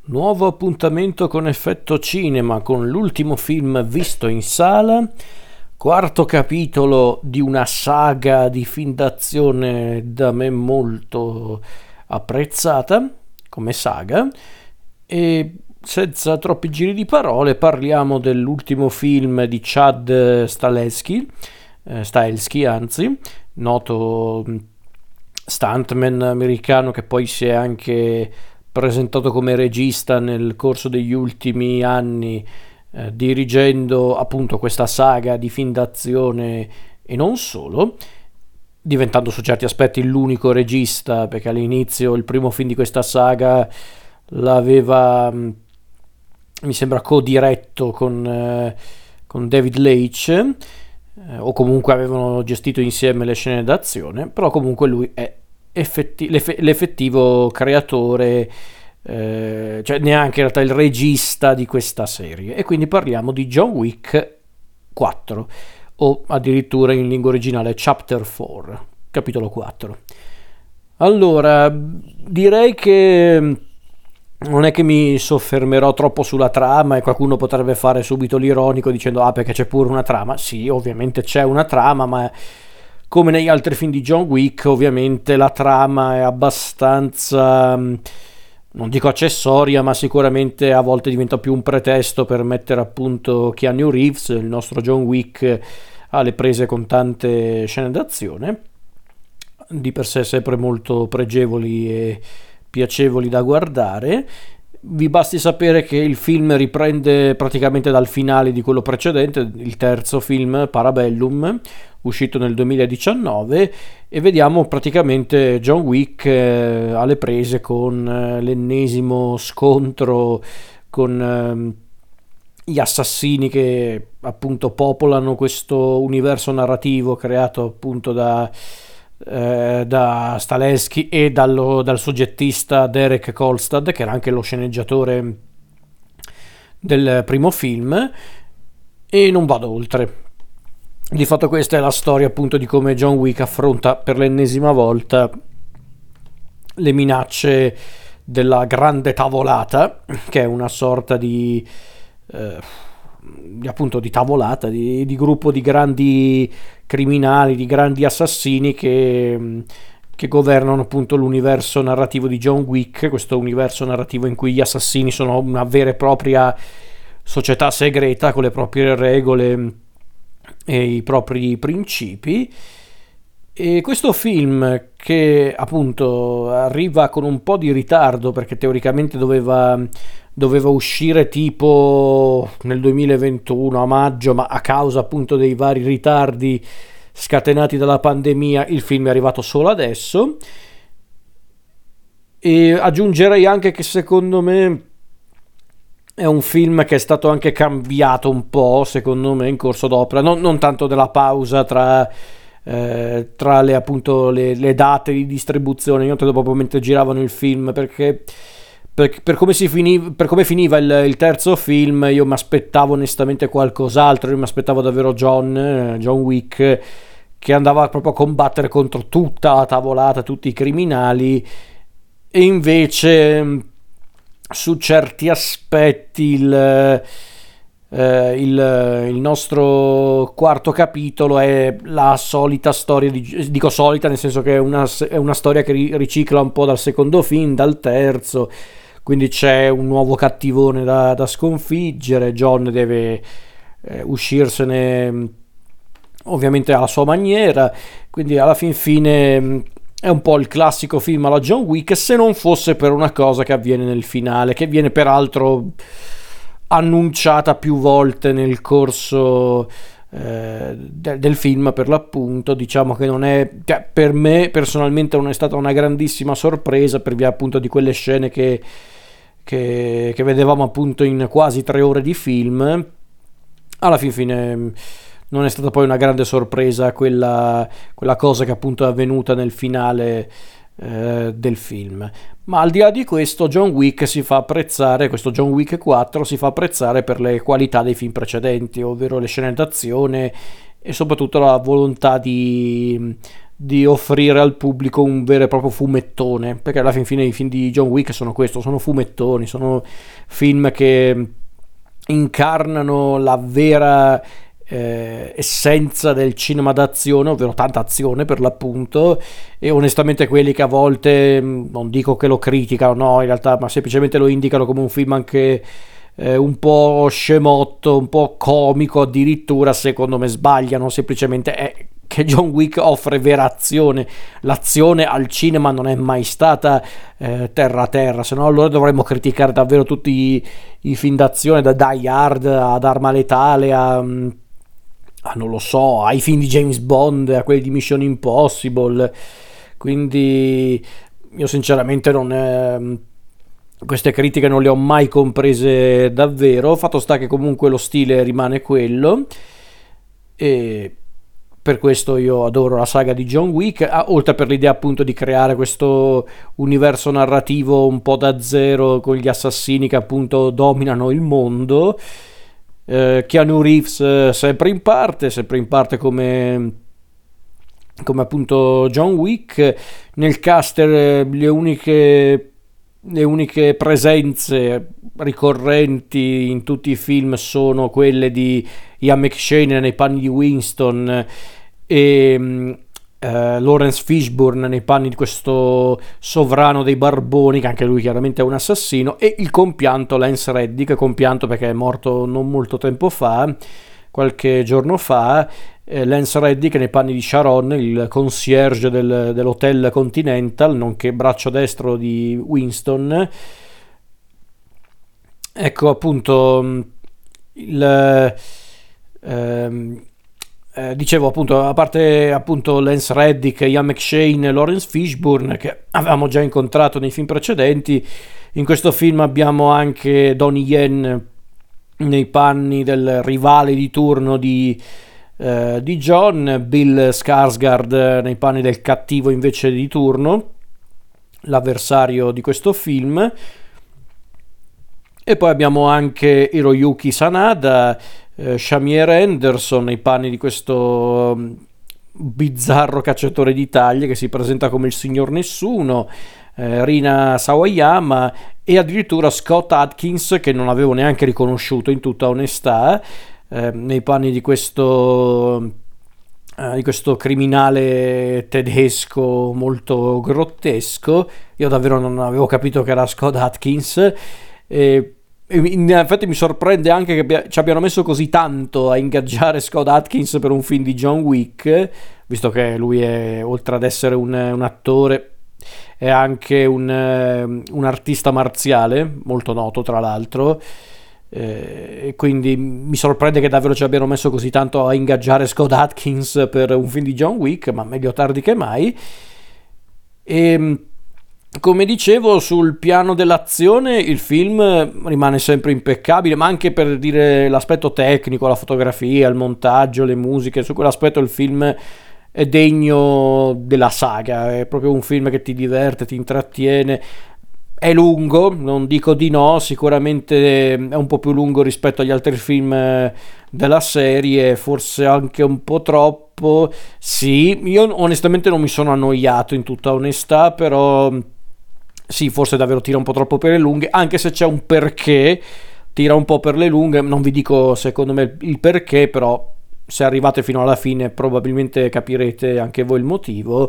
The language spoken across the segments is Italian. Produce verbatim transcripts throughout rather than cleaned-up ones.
Nuovo appuntamento con Effetto Cinema con l'ultimo film visto in sala, quarto capitolo di una saga di film d'azione da me molto apprezzata come saga, e senza troppi giri di parole parliamo dell'ultimo film di Chad Stahelski, eh, Stahelski anzi, noto stuntman americano che poi si è anche presentato come regista nel corso degli ultimi anni, eh, dirigendo appunto questa saga di film d'azione e non solo, diventando su certi aspetti l'unico regista, perché all'inizio il primo film di questa saga l'aveva, mi sembra, co-diretto con, eh, con David Leitch, eh, o comunque avevano gestito insieme le scene d'azione, però comunque lui è Effetti- l'eff- l'effettivo creatore, eh, cioè neanche in realtà il regista di questa serie, e quindi parliamo di John Wick quattro, o addirittura in lingua originale Chapter quattro, capitolo quattro. Allora, direi che non è che mi soffermerò troppo sulla trama, e qualcuno potrebbe fare subito l'ironico dicendo ah, perché c'è pure una trama. Sì, ovviamente c'è una trama, ma come negli altri film di John Wick, ovviamente la trama è abbastanza, non dico accessoria, ma sicuramente a volte diventa più un pretesto per mettere appunto Keanu Reeves, il nostro John Wick, alle prese con tante scene d'azione, di per sé sempre molto pregevoli e piacevoli da guardare. Vi basti sapere che il film riprende praticamente dal finale di quello precedente, il terzo film, Parabellum, uscito nel duemiladiciannove, e vediamo praticamente John Wick eh, alle prese con eh, l'ennesimo scontro con eh, gli assassini che appunto popolano questo universo narrativo creato appunto da Eh, da Stahelski e dallo, dal soggettista Derek Kolstad, che era anche lo sceneggiatore del primo film, e non vado oltre. Di fatto questa è la storia appunto di come John Wick affronta per l'ennesima volta le minacce della Grande Tavolata, che è una sorta di eh, di, appunto di tavolata, di, di gruppo di grandi criminali, di grandi assassini che, che governano appunto l'universo narrativo di John Wick, questo universo narrativo in cui gli assassini sono una vera e propria società segreta con le proprie regole e i propri principi. E questo film, che appunto arriva con un po' di ritardo perché teoricamente doveva doveva uscire tipo nel duemilaventuno a maggio, ma a causa appunto dei vari ritardi scatenati dalla pandemia il film è arrivato solo adesso. E aggiungerei anche che secondo me è un film che è stato anche cambiato un po', secondo me, in corso d'opera, non, non tanto della pausa tra eh, tra le appunto le, le date di distribuzione, io proprio mentre giravano il film, perché Per, per, come si finiva, per come finiva il, il terzo film, io mi aspettavo onestamente qualcos'altro. Io mi aspettavo davvero John, John Wick, che andava proprio a combattere contro tutta la tavolata, tutti i criminali, e invece su certi aspetti il, eh, il, il nostro quarto capitolo è la solita storia, di, dico solita nel senso che è una, è una storia che ricicla un po' dal secondo film, dal terzo. Quindi c'è un nuovo cattivone da, da sconfiggere, John deve eh, uscirsene ovviamente alla sua maniera, quindi alla fin fine è un po' il classico film alla John Wick, se non fosse per una cosa che avviene nel finale, che viene peraltro annunciata più volte nel corso eh, de- del film, per l'appunto. Diciamo che non è, cioè, per me personalmente non è stata una grandissima sorpresa, per via appunto di quelle scene che Che, che vedevamo appunto in quasi tre ore di film. Alla fin fine non è stata poi una grande sorpresa quella, quella cosa che appunto è avvenuta nel finale eh, del film, ma al di là di questo John Wick si fa apprezzare, questo John Wick quattro si fa apprezzare per le qualità dei film precedenti, ovvero le scene d'azione e soprattutto la volontà di di offrire al pubblico un vero e proprio fumettone, perché alla fin fine i film di John Wick sono questo, sono fumettoni, sono film che incarnano la vera eh, essenza del cinema d'azione, ovvero tanta azione per l'appunto, e onestamente quelli che a volte, non dico che lo criticano, no, in realtà, ma semplicemente lo indicano come un film anche eh, un po' scemotto, un po' comico addirittura, secondo me sbagliano, semplicemente è che John Wick offre vera azione. L'azione al cinema non è mai stata eh, terra a terra, se no allora dovremmo criticare davvero tutti i, i film d'azione, da Die Hard ad Arma Letale a, a non lo so, ai film di James Bond, a quelli di Mission Impossible. Quindi io sinceramente non eh, queste critiche non le ho mai comprese davvero. Fatto sta che comunque lo stile rimane quello, e per questo io adoro la saga di John Wick, ah, oltre per l'idea appunto di creare questo universo narrativo un po' da zero con gli assassini che appunto dominano il mondo. eh, Keanu Reeves eh, sempre in parte, sempre in parte come come appunto John Wick. Nel cast eh, le uniche le uniche presenze ricorrenti in tutti i film sono quelle di Ian McShane nei panni di Winston e eh, Lawrence Fishburne nei panni di questo sovrano dei barboni, che anche lui chiaramente è un assassino, e il compianto Lance Reddick, compianto perché è morto non molto tempo fa, qualche giorno fa. eh, Lance Reddick nei panni di Sharon, il concierge del, dell'hotel Continental, nonché braccio destro di Winston. Ecco appunto il ehm, eh, dicevo appunto, a parte appunto Lance Reddick, Ian McShane e Lawrence Fishburne che avevamo già incontrato nei film precedenti, in questo film abbiamo anche Donnie Yen nei panni del rivale di turno di, eh, di John, Bill Skarsgård nei panni del cattivo invece di turno, l'avversario di questo film. E poi abbiamo anche Hiroyuki Sanada, eh, Shamier Anderson nei panni di questo um, bizzarro cacciatore di taglie che si presenta come il signor nessuno, eh, Rina Sawayama e addirittura Scott Adkins, che non avevo neanche riconosciuto in tutta onestà, eh, nei panni di questo eh, di questo criminale tedesco molto grottesco. Io davvero non avevo capito che era Scott Adkins. E in effetti mi sorprende anche che abbia, ci abbiano messo così tanto a ingaggiare Scott Adkins per un film di John Wick, visto che lui è, oltre ad essere un, un attore, è anche un, un artista marziale molto noto tra l'altro, eh, e quindi mi sorprende che davvero ci abbiano messo così tanto a ingaggiare Scott Adkins per un film di John Wick, ma meglio tardi che mai. E come dicevo, sul piano dell'azione il film rimane sempre impeccabile, ma anche per dire l'aspetto tecnico, la fotografia, il montaggio, le musiche, su quell'aspetto il film è degno della saga, è proprio un film che ti diverte, ti intrattiene. È lungo, non dico di no, sicuramente è un po' più lungo rispetto agli altri film della serie, forse anche un po' troppo. Sì, io onestamente non mi sono annoiato in tutta onestà, però sì, forse davvero tira un po' troppo per le lunghe, anche se c'è un perché tira un po' per le lunghe, non vi dico secondo me il perché, però se arrivate fino alla fine probabilmente capirete anche voi il motivo.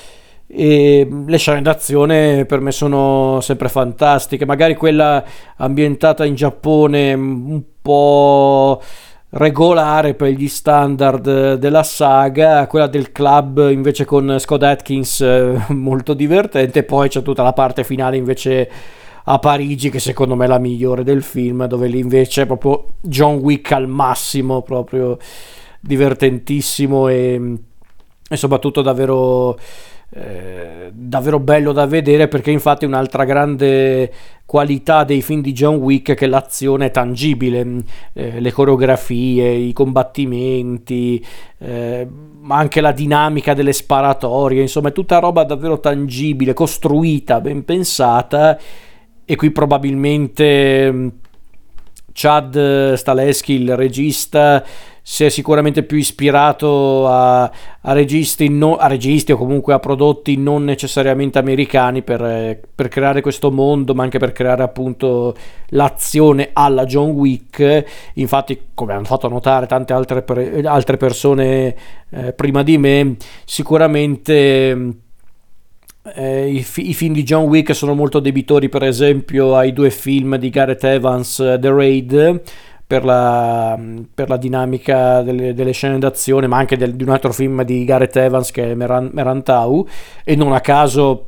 E le scene d'azione per me sono sempre fantastiche, magari quella ambientata in Giappone un po' regolare per gli standard della saga, quella del club invece con Scott Adkins molto divertente, poi c'è tutta la parte finale invece a Parigi che secondo me è la migliore del film, dove lì invece è proprio John Wick al massimo, proprio divertentissimo e, e soprattutto davvero Eh, davvero bello da vedere, perché infatti un'altra grande qualità dei film di John Wick è che l'azione è tangibile, eh, le coreografie, i combattimenti, eh, ma anche la dinamica delle sparatorie, insomma è tutta roba davvero tangibile, costruita, ben pensata. E qui probabilmente Chad Stahelski, il regista, si è sicuramente più ispirato a, a registi, no, a registi o comunque a prodotti non necessariamente americani per, per creare questo mondo, ma anche per creare appunto l'azione alla John Wick. Infatti, come hanno fatto notare tante altre, per, altre persone eh, prima di me, sicuramente eh, i, fi- i film di John Wick sono molto debitori, per esempio, ai due film di Gareth Evans, The Raid, per la, per la dinamica delle, delle scene d'azione, ma anche del, di un altro film di Gareth Evans che è Meran, Merantau, e non a caso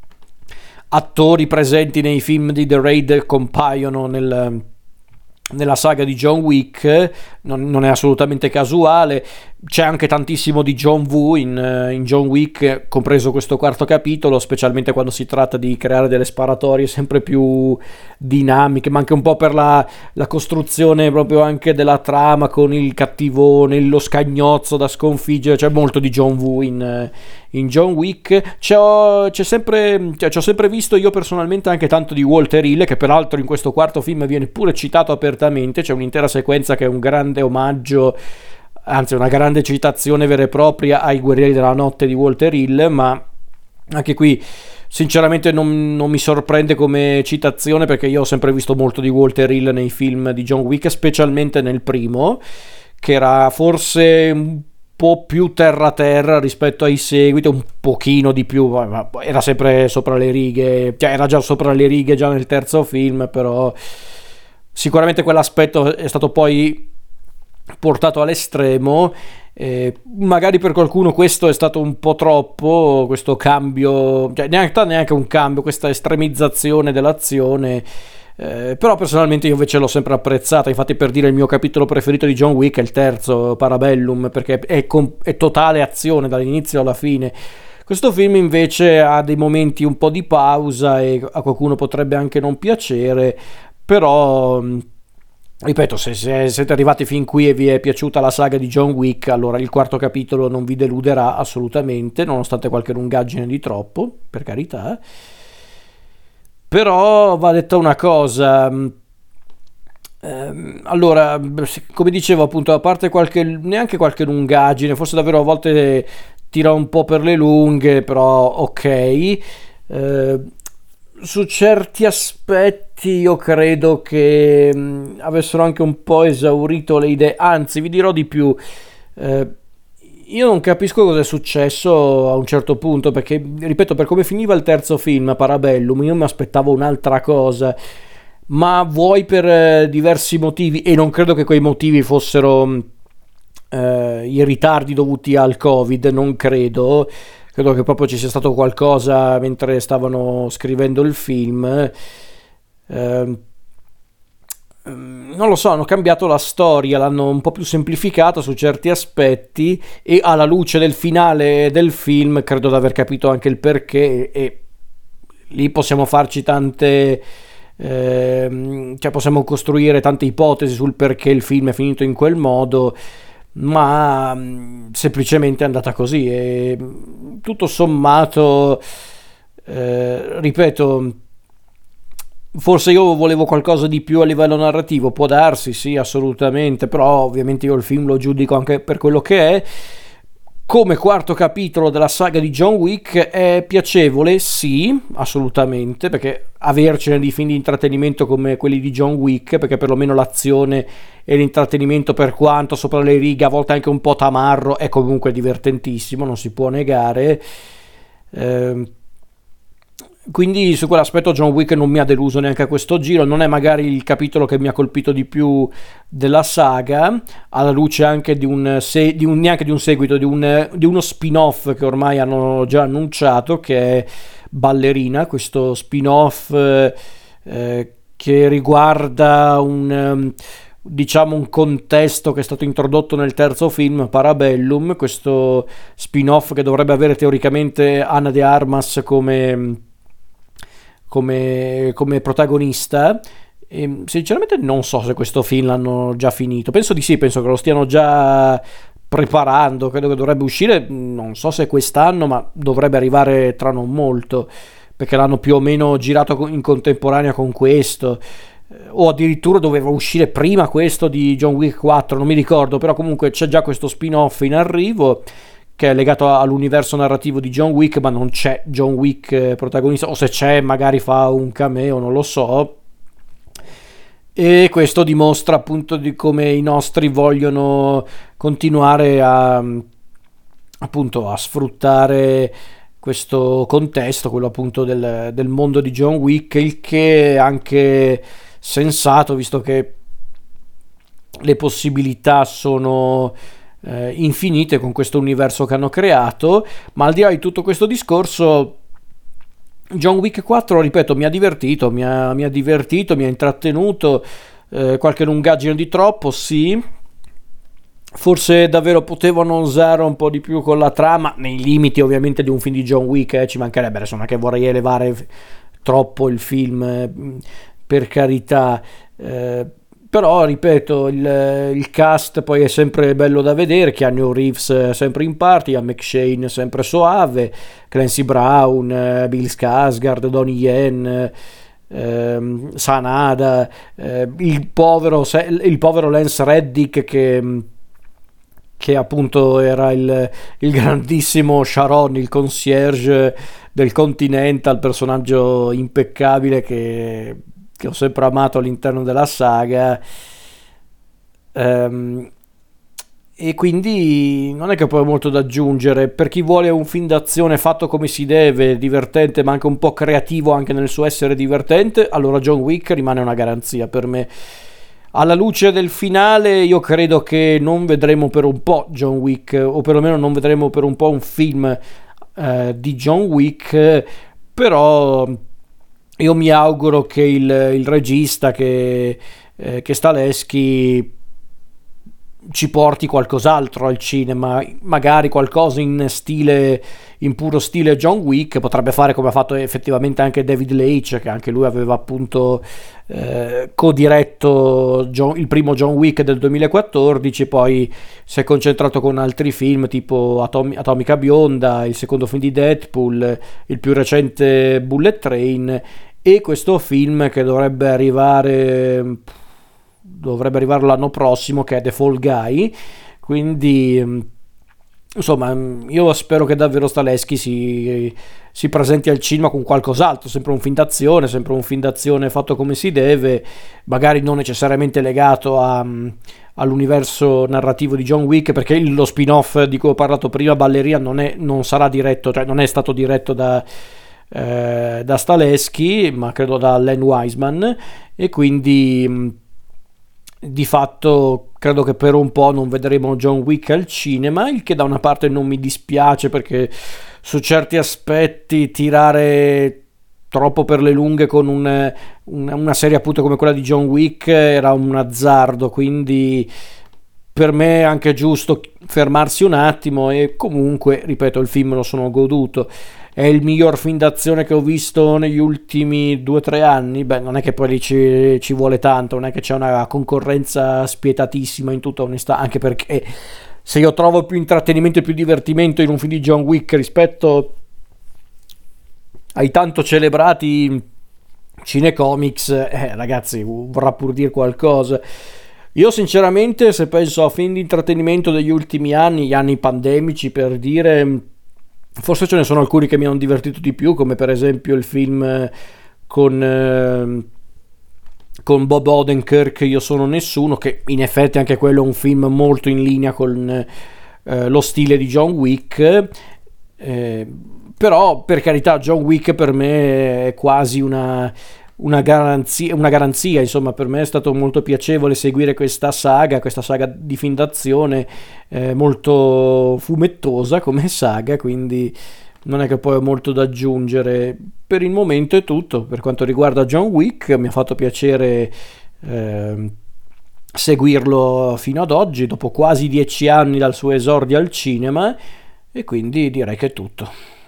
attori presenti nei film di The Raid compaiono nel, nella saga di John Wick. Non, non è assolutamente casuale. C'è anche tantissimo di John Woo in, in John Wick, compreso questo quarto capitolo, specialmente quando si tratta di creare delle sparatorie sempre più dinamiche, ma anche un po' per la, la costruzione proprio anche della trama con il cattivone, lo scagnozzo da sconfiggere. C'è molto di John Woo in, in John Wick. C'ho, c'è sempre, cioè, ci ho sempre visto io personalmente anche tanto di Walter Hill, che peraltro in questo quarto film viene pure citato apertamente. C'è un'intera sequenza che è un grande omaggio, anzi una grande citazione vera e propria ai Guerrieri della Notte di Walter Hill, ma anche qui sinceramente non, non mi sorprende come citazione, perché io ho sempre visto molto di Walter Hill nei film di John Wick, specialmente nel primo, che era forse un po' più terra terra rispetto ai seguiti, un pochino di più, ma era sempre sopra le righe, cioè era già sopra le righe già nel terzo film, però sicuramente quell'aspetto è stato poi portato all'estremo. Eh, magari per qualcuno questo è stato un po' troppo, questo cambio, cioè neanche, neanche un cambio, questa estremizzazione dell'azione. Eh, però personalmente io invece l'ho sempre apprezzata. Infatti, per dire, il mio capitolo preferito di John Wick è il terzo, Parabellum, perché è, com- è totale azione dall'inizio alla fine. Questo film invece ha dei momenti un po' di pausa e a qualcuno potrebbe anche non piacere, però ripeto, se, se siete arrivati fin qui e vi è piaciuta la saga di John Wick, allora il quarto capitolo non vi deluderà assolutamente, nonostante qualche lungaggine di troppo, per carità. Però va detta una cosa, ehm, allora, come dicevo appunto, a parte qualche, neanche qualche lungaggine, forse davvero a volte tira un po' per le lunghe, però ok. Eh, su certi aspetti io credo che mh, avessero anche un po' esaurito le idee, anzi vi dirò di più. Eh, io non capisco cosa è successo a un certo punto, perché ripeto, per come finiva il terzo film, Parabellum, io mi aspettavo un'altra cosa, ma vuoi per eh, diversi motivi, e non credo che quei motivi fossero eh, i ritardi dovuti al Covid, non credo. Credo che proprio ci sia stato qualcosa mentre stavano scrivendo il film. Eh, non lo so, hanno cambiato la storia, l'hanno un po' più semplificata su certi aspetti, e alla luce del finale del film credo di aver capito anche il perché, e, e lì possiamo farci tante... Eh, cioè possiamo costruire tante ipotesi sul perché il film è finito in quel modo, ma mh, semplicemente è andata così, e tutto sommato eh, ripeto, forse io volevo qualcosa di più a livello narrativo, può darsi, sì, assolutamente, però ovviamente io il film lo giudico anche per quello che è. Come quarto capitolo della saga di John Wick è piacevole, sì, assolutamente, perché avercene di film di intrattenimento come quelli di John Wick, perché perlomeno l'azione e l'intrattenimento, per quanto sopra le righe, a volte anche un po' tamarro, è comunque divertentissimo, non si può negare. Eh, quindi su quell'aspetto John Wick non mi ha deluso neanche a questo giro. Non è magari il capitolo che mi ha colpito di più della saga, alla luce anche di un, se, di un neanche di un seguito, di, un, di uno spin-off che ormai hanno già annunciato, che è Ballerina, questo spin-off eh, che riguarda un... diciamo un contesto che è stato introdotto nel terzo film, Parabellum, questo spin-off che dovrebbe avere teoricamente Ana de Armas come, come, come protagonista. E sinceramente non so se questo film l'hanno già finito, penso di sì, penso che lo stiano già preparando, credo che dovrebbe uscire, non so se quest'anno, ma dovrebbe arrivare tra non molto, perché l'hanno più o meno girato in contemporanea con questo. o addirittura doveva uscire prima questo di John Wick quattro, non mi ricordo, però comunque c'è già questo spin-off in arrivo che è legato all'universo narrativo di John Wick, ma non c'è John Wick protagonista, o se c'è magari fa un cameo, non lo so. E questo dimostra appunto di come i nostri vogliono continuare a appunto a sfruttare questo contesto, quello appunto del, del mondo di John Wick, il che è anche sensato, visto che le possibilità sono eh, infinite con questo universo che hanno creato. Ma al di là di tutto questo discorso, John Wick quattro, ripeto, mi ha divertito, mi ha, mi ha divertito, mi ha intrattenuto, eh, qualche lungaggine di troppo, sì. Forse davvero potevano usare un po' di più con la trama, nei limiti ovviamente di un film di John Wick, eh, ci mancherebbe, insomma, che vorrei elevare troppo il film, eh, per carità. Eh, però, ripeto, il, il cast poi è sempre bello da vedere, Keanu Reeves sempre in parte, Ian McShane sempre soave, Clancy Brown, eh, Bill Skarsgård, Donnie Yen, eh, Sanada, eh, il, povero, il povero Lance Reddick che... che appunto era il, il grandissimo Sharon, il concierge del Continental, personaggio impeccabile che, che ho sempre amato all'interno della saga. Ehm, e quindi non è che poi ho molto da aggiungere. Per chi vuole un film d'azione fatto come si deve, divertente ma anche un po' creativo anche nel suo essere divertente, allora John Wick rimane una garanzia per me. Alla luce del finale io credo che non vedremo per un po' John Wick, o perlomeno non vedremo per un po' un film eh, di John Wick, però io mi auguro che il, il regista, che, eh, che Stahelski, ci porti qualcos'altro al cinema, magari qualcosa in stile, in puro stile John Wick. Potrebbe fare come ha fatto effettivamente anche David Leitch, che anche lui aveva appunto eh, co-diretto John, il primo John Wick del duemilaquattordici, poi si è concentrato con altri film tipo Atom- Atomica Bionda, il secondo film di Deadpool, il più recente Bullet Train, e questo film che dovrebbe arrivare dovrebbe arrivare l'anno prossimo, che è The Fall Guy. Quindi insomma io spero che davvero Stahelski si, si presenti al cinema con qualcos'altro, sempre un film d'azione, sempre un film d'azione fatto come si deve, magari non necessariamente legato a, all'universo narrativo di John Wick, perché lo spin-off di cui ho parlato prima, Ballerina, non, è, non sarà diretto, cioè non è stato diretto da eh, da Stahelski, ma credo da Len Wiseman, e quindi di fatto credo che per un po' non vedremo John Wick al cinema, il che da una parte non mi dispiace, perché su certi aspetti tirare troppo per le lunghe con un, una, una serie appunto come quella di John Wick era un azzardo, quindi per me è anche giusto fermarsi un attimo. E comunque, ripeto, il film lo sono goduto. È il miglior film d'azione che ho visto negli ultimi due o tre anni? Beh, non è che poi lì ci, ci vuole tanto, non è che c'è una concorrenza spietatissima, in tutta onestà, anche perché se io trovo più intrattenimento e più divertimento in un film di John Wick rispetto ai tanto celebrati cinecomics, eh, ragazzi, vorrà pur dire qualcosa. Io sinceramente, se penso a film di intrattenimento degli ultimi anni, gli anni pandemici per dire, forse ce ne sono alcuni che mi hanno divertito di più, come per esempio il film con, eh, con Bob Odenkirk, Io sono nessuno, che in effetti anche quello è un film molto in linea con eh, lo stile di John Wick. Eh, però per carità, John Wick per me è quasi una... Una garanzia, una garanzia, insomma, per me è stato molto piacevole seguire questa saga, questa saga di film d'azione, eh, molto fumettosa come saga, quindi non è che poi ho molto da aggiungere. Per il momento è tutto. Per quanto riguarda John Wick, mi ha fatto piacere eh, seguirlo fino ad oggi, dopo quasi dieci anni dal suo esordio al cinema, e quindi direi che è tutto.